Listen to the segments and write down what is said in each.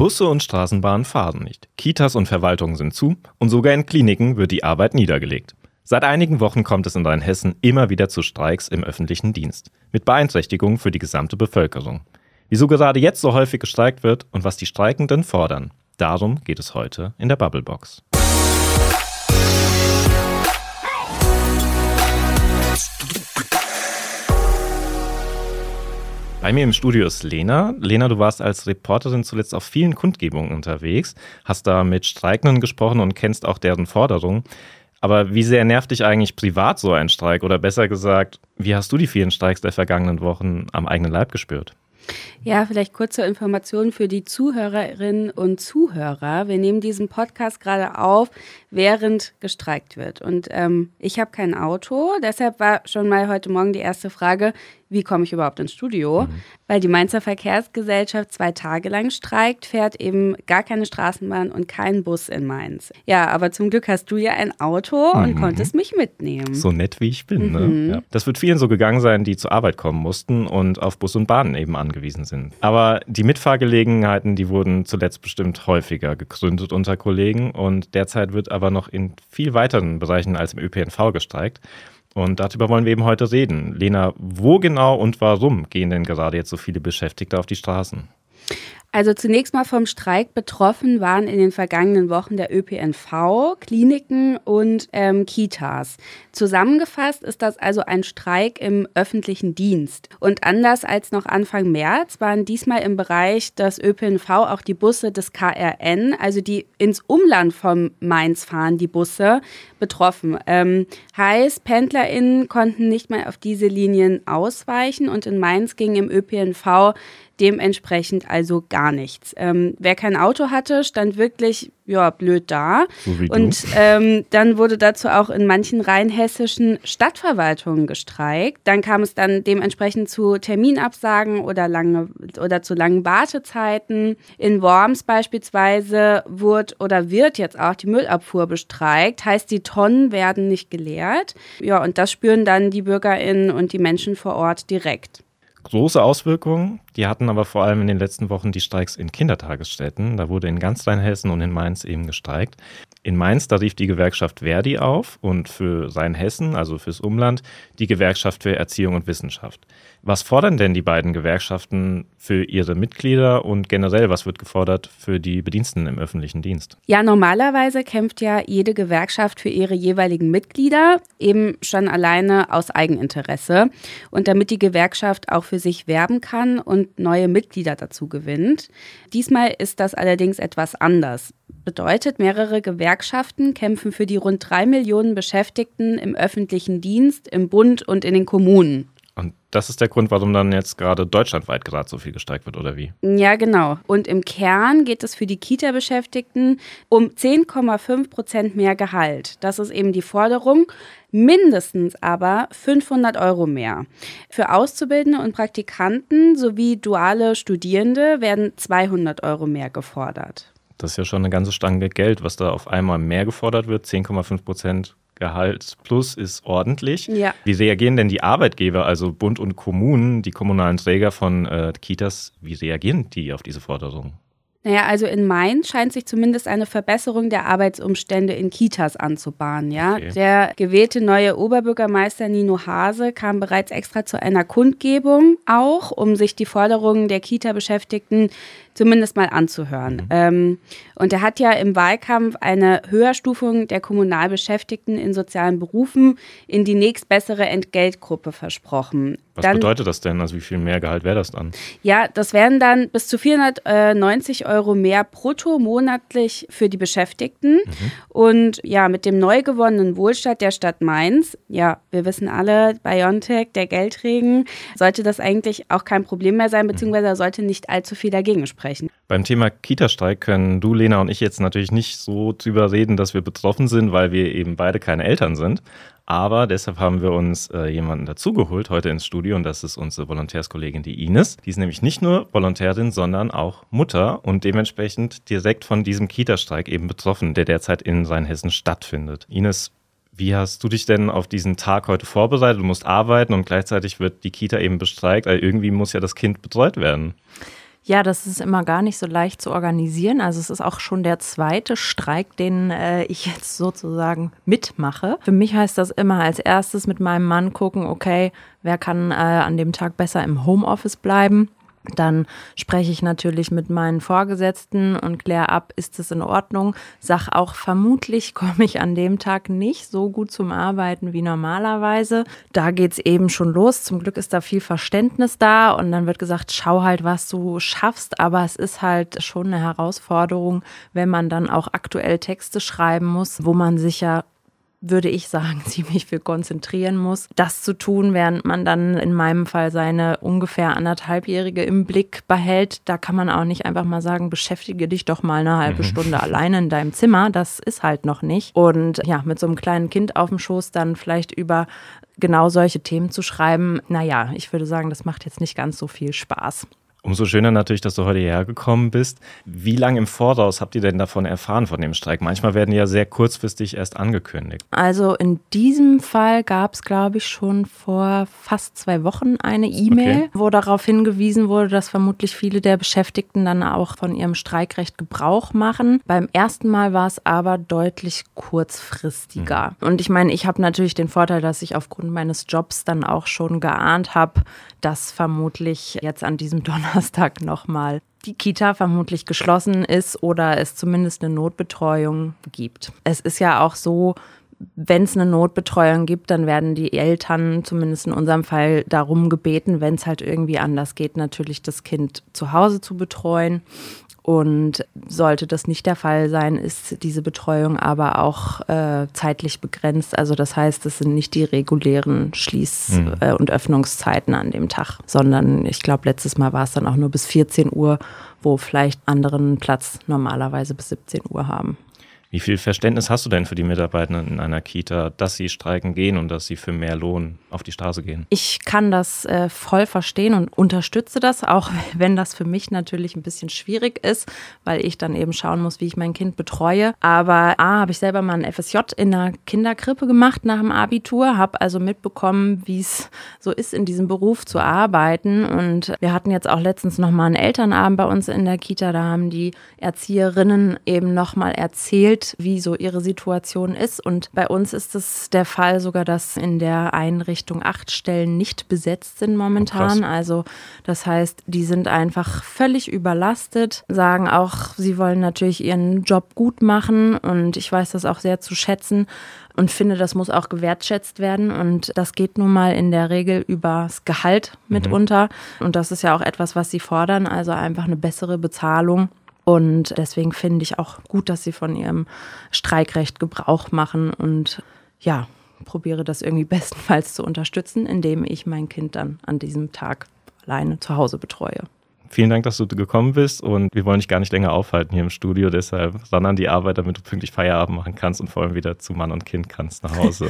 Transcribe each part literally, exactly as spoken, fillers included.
Busse und Straßenbahnen fahren nicht. Kitas und Verwaltungen sind zu und sogar in Kliniken wird die Arbeit niedergelegt. Seit einigen Wochen kommt es in Rheinhessen immer wieder zu Streiks im öffentlichen Dienst. Mit Beeinträchtigungen für die gesamte Bevölkerung. Wieso gerade jetzt so häufig gestreikt wird und was die Streikenden fordern. Darum geht es heute in der Bubblebox. Bei mir im Studio ist Lena. Lena, du warst als Reporterin zuletzt auf vielen Kundgebungen unterwegs, hast da mit Streikenden gesprochen und kennst auch deren Forderungen. Aber wie sehr nervt dich eigentlich privat so ein Streik? Oder besser gesagt, wie hast du die vielen Streiks der vergangenen Wochen am eigenen Leib gespürt? Ja, vielleicht kurze Informationen für die Zuhörerinnen und Zuhörer. Wir nehmen diesen Podcast gerade auf, während gestreikt wird. Und ähm, ich habe kein Auto, deshalb war schon mal heute Morgen die erste Frage, wie komme ich überhaupt ins Studio? Mhm. Weil die Mainzer Verkehrsgesellschaft zwei Tage lang streikt, fährt eben gar keine Straßenbahn und kein Bus in Mainz. Ja, aber zum Glück hast du ja ein Auto und mhm. konntest mich mitnehmen. So nett wie ich bin, mhm. ne? Ja. Das wird vielen so gegangen sein, die zur Arbeit kommen mussten und auf Bus und Bahnen eben angewiesen sind. Aber die Mitfahrgelegenheiten, die wurden zuletzt bestimmt häufiger gegründet unter Kollegen und derzeit wird aber noch in viel weiteren Bereichen als im Ö P N V gestreikt. Und darüber wollen wir eben heute reden. Lena, wo genau und warum gehen denn gerade jetzt so viele Beschäftigte auf die Straßen? Also zunächst mal vom Streik betroffen waren in den vergangenen Wochen der Ö P N V, Kliniken und ähm, Kitas. Zusammengefasst ist das also ein Streik im öffentlichen Dienst. Und anders als noch Anfang März waren diesmal im Bereich des Ö P N V auch die Busse des K R N, also die ins Umland von Mainz fahren, die Busse, betroffen. Ähm, heißt, PendlerInnen konnten nicht mehr auf diese Linien ausweichen und in Mainz ging im Ö P N V dementsprechend also gar nichts. Ähm, wer kein Auto hatte, stand wirklich ja, blöd da. So wie du. Und ähm, dann wurde dazu auch in manchen rheinhessischen Stadtverwaltungen gestreikt. Dann kam es dann dementsprechend zu Terminabsagen oder, lange, oder zu langen Wartezeiten. In Worms beispielsweise wurde oder wird jetzt auch die Müllabfuhr bestreikt. Heißt, die Tonnen werden nicht geleert. Ja, und das spüren dann die BürgerInnen und die Menschen vor Ort direkt. Große Auswirkungen, die hatten aber vor allem in den letzten Wochen die Streiks in Kindertagesstätten. Da wurde in ganz Rheinhessen und in Mainz eben gestreikt. In Mainz, da rief die Gewerkschaft Verdi auf und für Rheinhessen, also fürs Umland, die Gewerkschaft für Erziehung und Wissenschaft. Was fordern denn die beiden Gewerkschaften für ihre Mitglieder und generell, was wird gefordert für die Bediensteten im öffentlichen Dienst? Ja, normalerweise kämpft ja jede Gewerkschaft für ihre jeweiligen Mitglieder, eben schon alleine aus Eigeninteresse. Und damit die Gewerkschaft auch für sich werben kann und neue Mitglieder dazu gewinnt. Diesmal ist das allerdings etwas anders. Bedeutet, mehrere Gewerkschaften kämpfen für die rund drei Millionen Beschäftigten im öffentlichen Dienst, im Bund und in den Kommunen. Und das ist der Grund, warum dann jetzt gerade deutschlandweit gerade so viel gestreikt wird, oder wie? Ja, genau. Und im Kern geht es für die Kita-Beschäftigten um zehn Komma fünf Prozent mehr Gehalt. Das ist eben die Forderung. Mindestens aber fünfhundert Euro mehr. Für Auszubildende und Praktikanten sowie duale Studierende werden zweihundert Euro mehr gefordert. Das ist ja schon eine ganze Stange Geld, was da auf einmal mehr gefordert wird. zehn Komma fünf Prozent Gehalt plus ist ordentlich. Ja. Wie reagieren denn die Arbeitgeber, also Bund und Kommunen, die kommunalen Träger von äh, Kitas, wie reagieren die auf diese Forderung? Naja, also in Mainz scheint sich zumindest eine Verbesserung der Arbeitsumstände in Kitas anzubahnen. Ja? Okay. Der gewählte neue Oberbürgermeister Nino Hase kam bereits extra zu einer Kundgebung auch, um sich die Forderungen der Kita-Beschäftigten zumindest mal anzuhören. Mhm. Ähm, und er hat ja im Wahlkampf eine Höherstufung der Kommunalbeschäftigten in sozialen Berufen in die nächstbessere Entgeltgruppe versprochen. Was dann, bedeutet das denn? Also wie viel mehr Gehalt wäre das dann? Ja, das wären dann bis zu vierhundertneunzig Euro mehr brutto monatlich für die Beschäftigten. Mhm. Und ja, mit dem neu gewonnenen Wohlstand der Stadt Mainz, ja, wir wissen alle, BioNTech, der Geldregen, sollte das eigentlich auch kein Problem mehr sein, beziehungsweise sollte nicht allzu viel dagegen sprechen. Beim Thema Kita-Streik können du, Lena und ich jetzt natürlich nicht so drüber reden, dass wir betroffen sind, weil wir eben beide keine Eltern sind. Aber deshalb haben wir uns äh, jemanden dazugeholt heute ins Studio und das ist unsere Volontärskollegin, die Ines. Die ist nämlich nicht nur Volontärin, sondern auch Mutter und dementsprechend direkt von diesem Kita-Streik eben betroffen, der derzeit in Rheinhessen stattfindet. Ines, wie hast du dich denn auf diesen Tag heute vorbereitet? Du musst arbeiten und gleichzeitig wird die Kita eben bestreikt, weil irgendwie muss ja das Kind betreut werden. Ja, das ist immer gar nicht so leicht zu organisieren. Also es ist auch schon der zweite Streik, den äh, ich jetzt sozusagen mitmache. Für mich heißt das immer als erstes mit meinem Mann gucken, okay, wer kann äh, an dem Tag besser im Homeoffice bleiben? Dann spreche ich natürlich mit meinen Vorgesetzten und kläre ab, ist es in Ordnung? Sag auch, vermutlich komme ich an dem Tag nicht so gut zum Arbeiten wie normalerweise. Da geht's eben schon los. Zum Glück ist da viel Verständnis da und dann wird gesagt, schau halt, was du schaffst. Aber es ist halt schon eine Herausforderung, wenn man dann auch aktuell Texte schreiben muss, wo man sich ja, würde ich sagen, ziemlich viel konzentrieren muss, das zu tun, während man dann in meinem Fall seine ungefähr anderthalbjährige im Blick behält. Da kann man auch nicht einfach mal sagen, beschäftige dich doch mal eine halbe mhm. Stunde alleine in deinem Zimmer. Das ist halt noch nicht. Und ja, mit so einem kleinen Kind auf dem Schoß dann vielleicht über genau solche Themen zu schreiben, naja, ich würde sagen, das macht jetzt nicht ganz so viel Spaß. Umso schöner natürlich, dass du heute hierher gekommen bist. Wie lange im Voraus habt ihr denn davon erfahren, von dem Streik? Manchmal werden die ja sehr kurzfristig erst angekündigt. Also in diesem Fall gab es, glaube ich, schon vor fast zwei Wochen eine E-Mail, okay, wo darauf hingewiesen wurde, dass vermutlich viele der Beschäftigten dann auch von ihrem Streikrecht Gebrauch machen. Beim ersten Mal war es aber deutlich kurzfristiger. Mhm. Und ich meine, ich habe natürlich den Vorteil, dass ich aufgrund meines Jobs dann auch schon geahnt habe, dass vermutlich jetzt an diesem Donnerstag nochmal die Kita vermutlich geschlossen ist oder es zumindest eine Notbetreuung gibt. Es ist ja auch so, wenn es eine Notbetreuung gibt, dann werden die Eltern, zumindest in unserem Fall, darum gebeten, wenn es halt irgendwie anders geht, natürlich das Kind zu Hause zu betreuen. Und sollte das nicht der Fall sein, ist diese Betreuung aber auch äh, zeitlich begrenzt. Also das heißt, es sind nicht die regulären Schließ- mhm. äh, und Öffnungszeiten an dem Tag, sondern ich glaube, letztes Mal war es dann auch nur bis vierzehn Uhr, wo vielleicht anderen Platz normalerweise bis siebzehn Uhr haben. Wie viel Verständnis hast du denn für die Mitarbeitenden in einer Kita, dass sie streiken gehen und dass sie für mehr Lohn auf die Straße gehen? Ich kann das äh, voll verstehen und unterstütze das, auch wenn das für mich natürlich ein bisschen schwierig ist, weil ich dann eben schauen muss, wie ich mein Kind betreue. Aber A, habe ich selber mal ein F S J in einer Kinderkrippe gemacht nach dem Abitur, habe also mitbekommen, wie es so ist, in diesem Beruf zu arbeiten. Und wir hatten jetzt auch letztens nochmal einen Elternabend bei uns in der Kita, da haben die Erzieherinnen eben nochmal erzählt, wie so ihre Situation ist. Und bei uns ist es der Fall sogar, dass in der Einrichtung acht Stellen nicht besetzt sind momentan. Oh, also das heißt, die sind einfach völlig überlastet, sagen auch, sie wollen natürlich ihren Job gut machen und ich weiß das auch sehr zu schätzen und finde, das muss auch gewertschätzt werden und das geht nun mal in der Regel übers Gehalt mitunter mhm. und das ist ja auch etwas, was sie fordern, also einfach eine bessere Bezahlung. Und deswegen finde ich auch gut, dass sie von ihrem Streikrecht Gebrauch machen und ja, probiere das irgendwie bestenfalls zu unterstützen, indem ich mein Kind dann an diesem Tag alleine zu Hause betreue. Vielen Dank, dass du gekommen bist und wir wollen dich gar nicht länger aufhalten hier im Studio, deshalb ran an die Arbeit, damit du pünktlich Feierabend machen kannst und vor allem wieder zu Mann und Kind kannst nach Hause.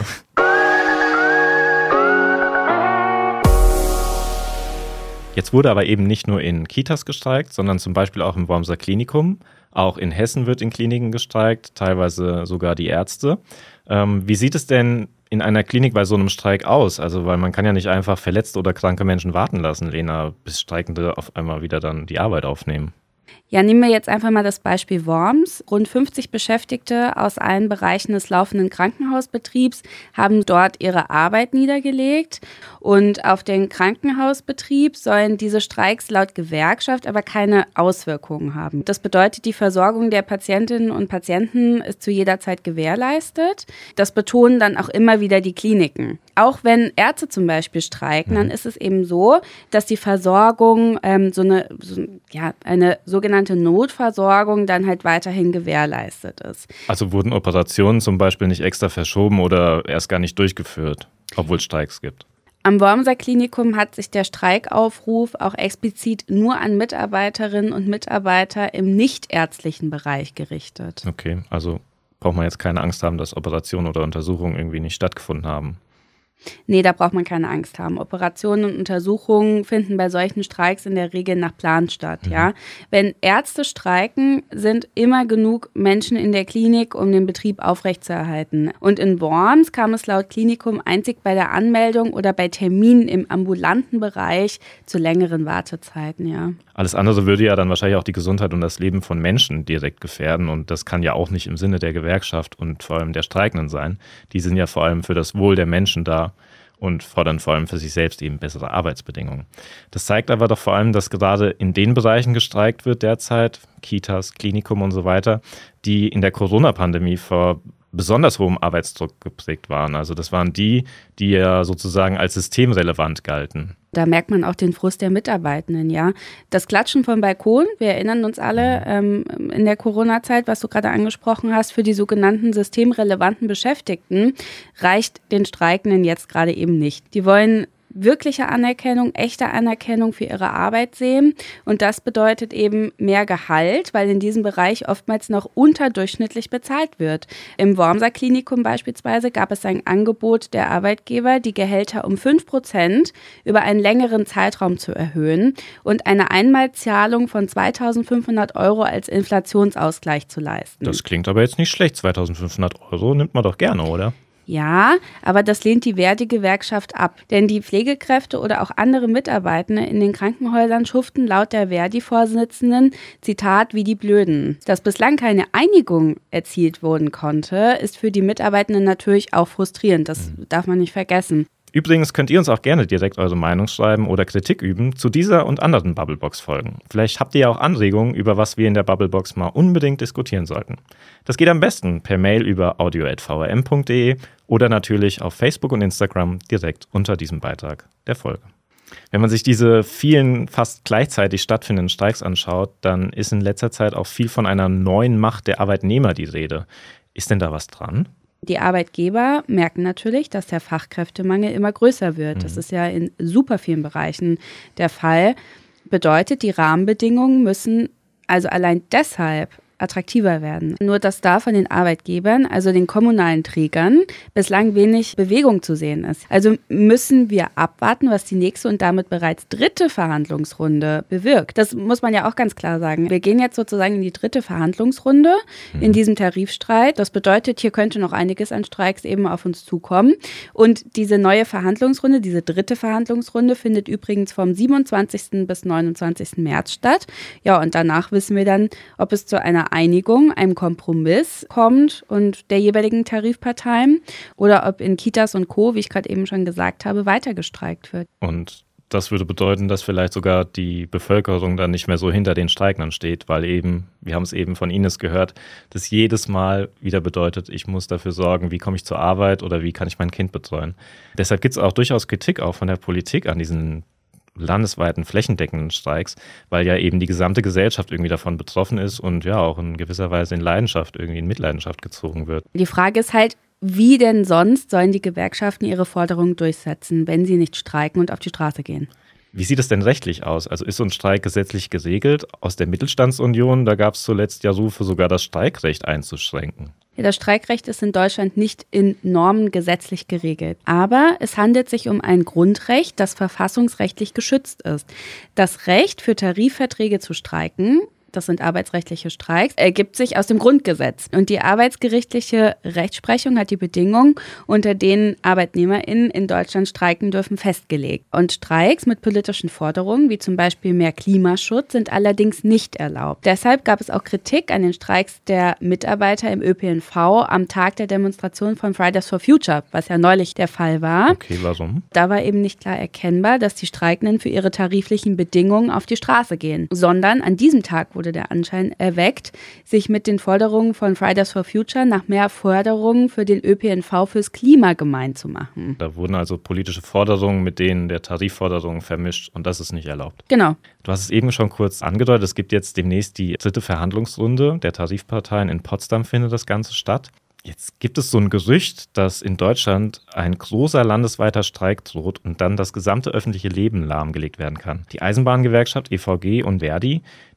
Jetzt wurde aber eben nicht nur in Kitas gestreikt, sondern zum Beispiel auch im Wormser Klinikum. Auch in Hessen wird in Kliniken gestreikt, teilweise sogar die Ärzte. Ähm, wie sieht es denn in einer Klinik bei so einem Streik aus? Also, weil man kann ja nicht einfach verletzte oder kranke Menschen warten lassen, Lena, bis Streikende auf einmal wieder dann die Arbeit aufnehmen. Ja, nehmen wir jetzt einfach mal das Beispiel Worms. Rund fünfzig Beschäftigte aus allen Bereichen des laufenden Krankenhausbetriebs haben dort ihre Arbeit niedergelegt. Und auf den Krankenhausbetrieb sollen diese Streiks laut Gewerkschaft aber keine Auswirkungen haben. Das bedeutet, die Versorgung der Patientinnen und Patienten ist zu jeder Zeit gewährleistet. Das betonen dann auch immer wieder die Kliniken. Auch wenn Ärzte zum Beispiel streiken, dann ist es eben so, dass die Versorgung, ähm, so eine, so, ja, eine sogenannte Notversorgung dann halt weiterhin gewährleistet ist. Also wurden Operationen zum Beispiel nicht extra verschoben oder erst gar nicht durchgeführt, obwohl es Streiks gibt? Am Wormser Klinikum hat sich der Streikaufruf auch explizit nur an Mitarbeiterinnen und Mitarbeiter im nichtärztlichen Bereich gerichtet. Okay, also braucht man jetzt keine Angst haben, dass Operationen oder Untersuchungen irgendwie nicht stattgefunden haben. Nee, da braucht man keine Angst haben. Operationen und Untersuchungen finden bei solchen Streiks in der Regel nach Plan statt. Mhm. Ja? Wenn Ärzte streiken, sind immer genug Menschen in der Klinik, um den Betrieb aufrechtzuerhalten. Und in Worms kam es laut Klinikum einzig bei der Anmeldung oder bei Terminen im ambulanten Bereich zu längeren Wartezeiten. Ja. Alles andere würde ja dann wahrscheinlich auch die Gesundheit und das Leben von Menschen direkt gefährden. Und das kann ja auch nicht im Sinne der Gewerkschaft und vor allem der Streikenden sein. Die sind ja vor allem für das Wohl der Menschen da und fordern vor allem für sich selbst eben bessere Arbeitsbedingungen. Das zeigt aber doch vor allem, dass gerade in den Bereichen gestreikt wird derzeit, Kitas, Klinikum und so weiter, die in der Corona-Pandemie vor besonders hohem Arbeitsdruck geprägt waren. Also das waren die, die ja sozusagen als systemrelevant galten. Da merkt man auch den Frust der Mitarbeitenden, ja. Das Klatschen vom Balkon, wir erinnern uns alle ähm, in der Corona-Zeit, was du gerade angesprochen hast, für die sogenannten systemrelevanten Beschäftigten reicht den Streikenden jetzt gerade eben nicht. Die wollen wirkliche Anerkennung, echte Anerkennung für ihre Arbeit sehen. Und das bedeutet eben mehr Gehalt, weil in diesem Bereich oftmals noch unterdurchschnittlich bezahlt wird. Im Wormser Klinikum beispielsweise gab es ein Angebot der Arbeitgeber, die Gehälter um fünf Prozent über einen längeren Zeitraum zu erhöhen und eine Einmalzahlung von zweitausendfünfhundert Euro als Inflationsausgleich zu leisten. Das klingt aber jetzt nicht schlecht. zweitausendfünfhundert Euro nimmt man doch gerne, oder? Ja, aber das lehnt die Verdi-Gewerkschaft ab. Denn die Pflegekräfte oder auch andere Mitarbeitende in den Krankenhäusern schuften laut der Verdi-Vorsitzenden, Zitat, wie die Blöden. Dass bislang keine Einigung erzielt werden konnte, ist für die Mitarbeitenden natürlich auch frustrierend. Das darf man nicht vergessen. Übrigens könnt ihr uns auch gerne direkt eure Meinung schreiben oder Kritik üben zu dieser und anderen Bubblebox-Folgen. Vielleicht habt ihr ja auch Anregungen, über was wir in der Bubblebox mal unbedingt diskutieren sollten. Das geht am besten per Mail über audio at v r m punkt d e oder natürlich auf Facebook und Instagram direkt unter diesem Beitrag der Folge. Wenn man sich diese vielen fast gleichzeitig stattfindenden Streiks anschaut, dann ist in letzter Zeit auch viel von einer neuen Macht der Arbeitnehmer die Rede. Ist denn da was dran? Die Arbeitgeber merken natürlich, dass der Fachkräftemangel immer größer wird. Das ist ja in super vielen Bereichen der Fall. Bedeutet, die Rahmenbedingungen müssen also allein deshalb attraktiver werden. Nur dass da von den Arbeitgebern, also den kommunalen Trägern, bislang wenig Bewegung zu sehen ist. Also müssen wir abwarten, was die nächste und damit bereits dritte Verhandlungsrunde bewirkt. Das muss man ja auch ganz klar sagen. Wir gehen jetzt sozusagen in die dritte Verhandlungsrunde in diesem Tarifstreit. Das bedeutet, hier könnte noch einiges an Streiks eben auf uns zukommen. Und diese neue Verhandlungsrunde, diese dritte Verhandlungsrunde findet übrigens vom siebenundzwanzigsten bis neunundzwanzigsten März statt. Ja, und danach wissen wir dann, ob es zu einer Einigung, einem Kompromiss kommt und der jeweiligen Tarifparteien oder ob in Kitas und Co., wie ich gerade eben schon gesagt habe, weiter gestreikt wird. Und das würde bedeuten, dass vielleicht sogar die Bevölkerung dann nicht mehr so hinter den Streikenden steht, weil eben, wir haben es eben von Ines gehört, das jedes Mal wieder bedeutet, ich muss dafür sorgen, wie komme ich zur Arbeit oder wie kann ich mein Kind betreuen. Deshalb gibt es auch durchaus Kritik auch von der Politik an diesen landesweiten flächendeckenden Streiks, weil ja eben die gesamte Gesellschaft irgendwie davon betroffen ist und ja auch in gewisser Weise in Leidenschaft, irgendwie in Mitleidenschaft gezogen wird. Die Frage ist halt, wie denn sonst sollen die Gewerkschaften ihre Forderungen durchsetzen, wenn sie nicht streiken und auf die Straße gehen? Wie sieht es denn rechtlich aus? Also ist so ein Streik gesetzlich geregelt? Aus der Mittelstandsunion, da gab es zuletzt ja Rufe, sogar das Streikrecht einzuschränken. Ja, das Streikrecht ist in Deutschland nicht in Normen gesetzlich geregelt. Aber es handelt sich um ein Grundrecht, das verfassungsrechtlich geschützt ist. Das Recht für Tarifverträge zu streiken, das sind arbeitsrechtliche Streiks, ergibt sich aus dem Grundgesetz. Und die arbeitsgerichtliche Rechtsprechung hat die Bedingungen, unter denen ArbeitnehmerInnen in Deutschland streiken dürfen, festgelegt. Und Streiks mit politischen Forderungen, wie zum Beispiel mehr Klimaschutz, sind allerdings nicht erlaubt. Deshalb gab es auch Kritik an den Streiks der Mitarbeiter im Ö P N V am Tag der Demonstration von Fridays for Future, was ja neulich der Fall war. Okay, warum? Da war eben nicht klar erkennbar, dass die Streikenden für ihre tariflichen Bedingungen auf die Straße gehen, sondern an diesem Tag wurde der Anschein erweckt, sich mit den Forderungen von Fridays for Future nach mehr Förderungen für den Ö P N V fürs Klima gemein zu machen. Da wurden also politische Forderungen mit denen der Tarifforderungen vermischt und das ist nicht erlaubt. Genau. Du hast es eben schon kurz angedeutet, es gibt jetzt demnächst die dritte Verhandlungsrunde der Tarifparteien. In Potsdam findet das Ganze statt. Jetzt gibt es so ein Gerücht, dass in Deutschland ein großer landesweiter Streik droht und dann das gesamte öffentliche Leben lahmgelegt werden kann. Die Eisenbahngewerkschaft E V G und Verdi,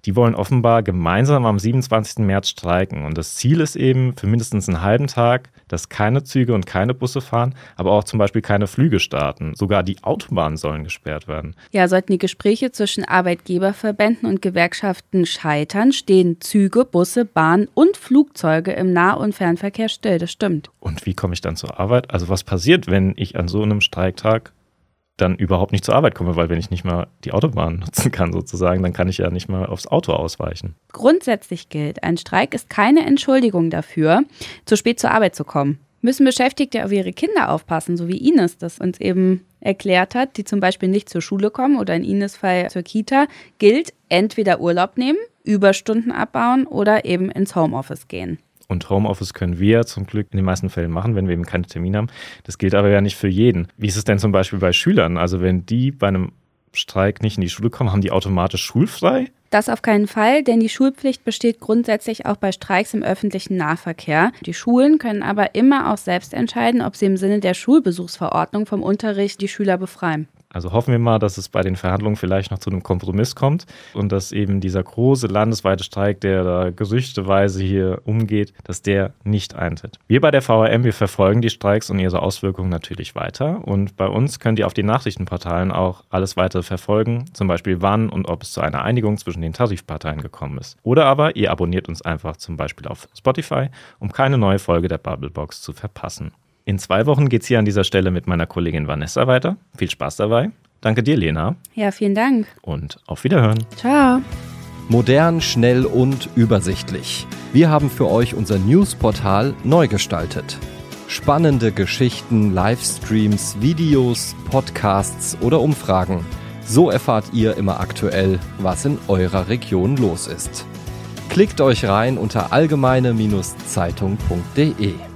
Die wollen offenbar gemeinsam am siebenundzwanzigsten März streiken. Und das Ziel ist eben für mindestens einen halben Tag, dass keine Züge und keine Busse fahren, aber auch zum Beispiel keine Flüge starten. Sogar die Autobahnen sollen gesperrt werden. Ja, sollten die Gespräche zwischen Arbeitgeberverbänden und Gewerkschaften scheitern, stehen Züge, Busse, Bahnen und Flugzeuge im Nah- und Fernverkehr still. Das stimmt. Und wie komme ich dann zur Arbeit? Also was passiert, wenn ich an so einem Streiktag dann überhaupt nicht zur Arbeit komme, weil wenn ich nicht mal die Autobahn nutzen kann sozusagen, dann kann ich ja nicht mal aufs Auto ausweichen. Grundsätzlich gilt, ein Streik ist keine Entschuldigung dafür, zu spät zur Arbeit zu kommen. Müssen Beschäftigte auf ihre Kinder aufpassen, so wie Ines das uns eben erklärt hat, die zum Beispiel nicht zur Schule kommen oder in Ines' Fall zur Kita, gilt entweder Urlaub nehmen, Überstunden abbauen oder eben ins Homeoffice gehen. Und Homeoffice können wir zum Glück in den meisten Fällen machen, wenn wir eben keine Termine haben. Das gilt aber ja nicht für jeden. Wie ist es denn zum Beispiel bei Schülern? Also wenn die bei einem Streik nicht in die Schule kommen, haben die automatisch schulfrei? Das auf keinen Fall, denn die Schulpflicht besteht grundsätzlich auch bei Streiks im öffentlichen Nahverkehr. Die Schulen können aber immer auch selbst entscheiden, ob sie im Sinne der Schulbesuchsverordnung vom Unterricht die Schüler befreien. Also hoffen wir mal, dass es bei den Verhandlungen vielleicht noch zu einem Kompromiss kommt und dass eben dieser große landesweite Streik, der da gerüchteweise hier umgeht, dass der nicht eintritt. Wir bei der V R M, wir verfolgen die Streiks und ihre Auswirkungen natürlich weiter. Und bei uns könnt ihr auf den Nachrichtenportalen auch alles weitere verfolgen, zum Beispiel wann und ob es zu einer Einigung zwischen den Tarifparteien gekommen ist. Oder aber ihr abonniert uns einfach zum Beispiel auf Spotify, um keine neue Folge der Bubblebox zu verpassen. In zwei Wochen geht es hier an dieser Stelle mit meiner Kollegin Vanessa weiter. Viel Spaß dabei. Danke dir, Lena. Ja, vielen Dank. Und auf Wiederhören. Ciao. Modern, schnell und übersichtlich. Wir haben für euch unser Newsportal neu gestaltet. Spannende Geschichten, Livestreams, Videos, Podcasts oder Umfragen. So erfahrt ihr immer aktuell, was in eurer Region los ist. Klickt euch rein unter allgemeine Zeitung punkt de.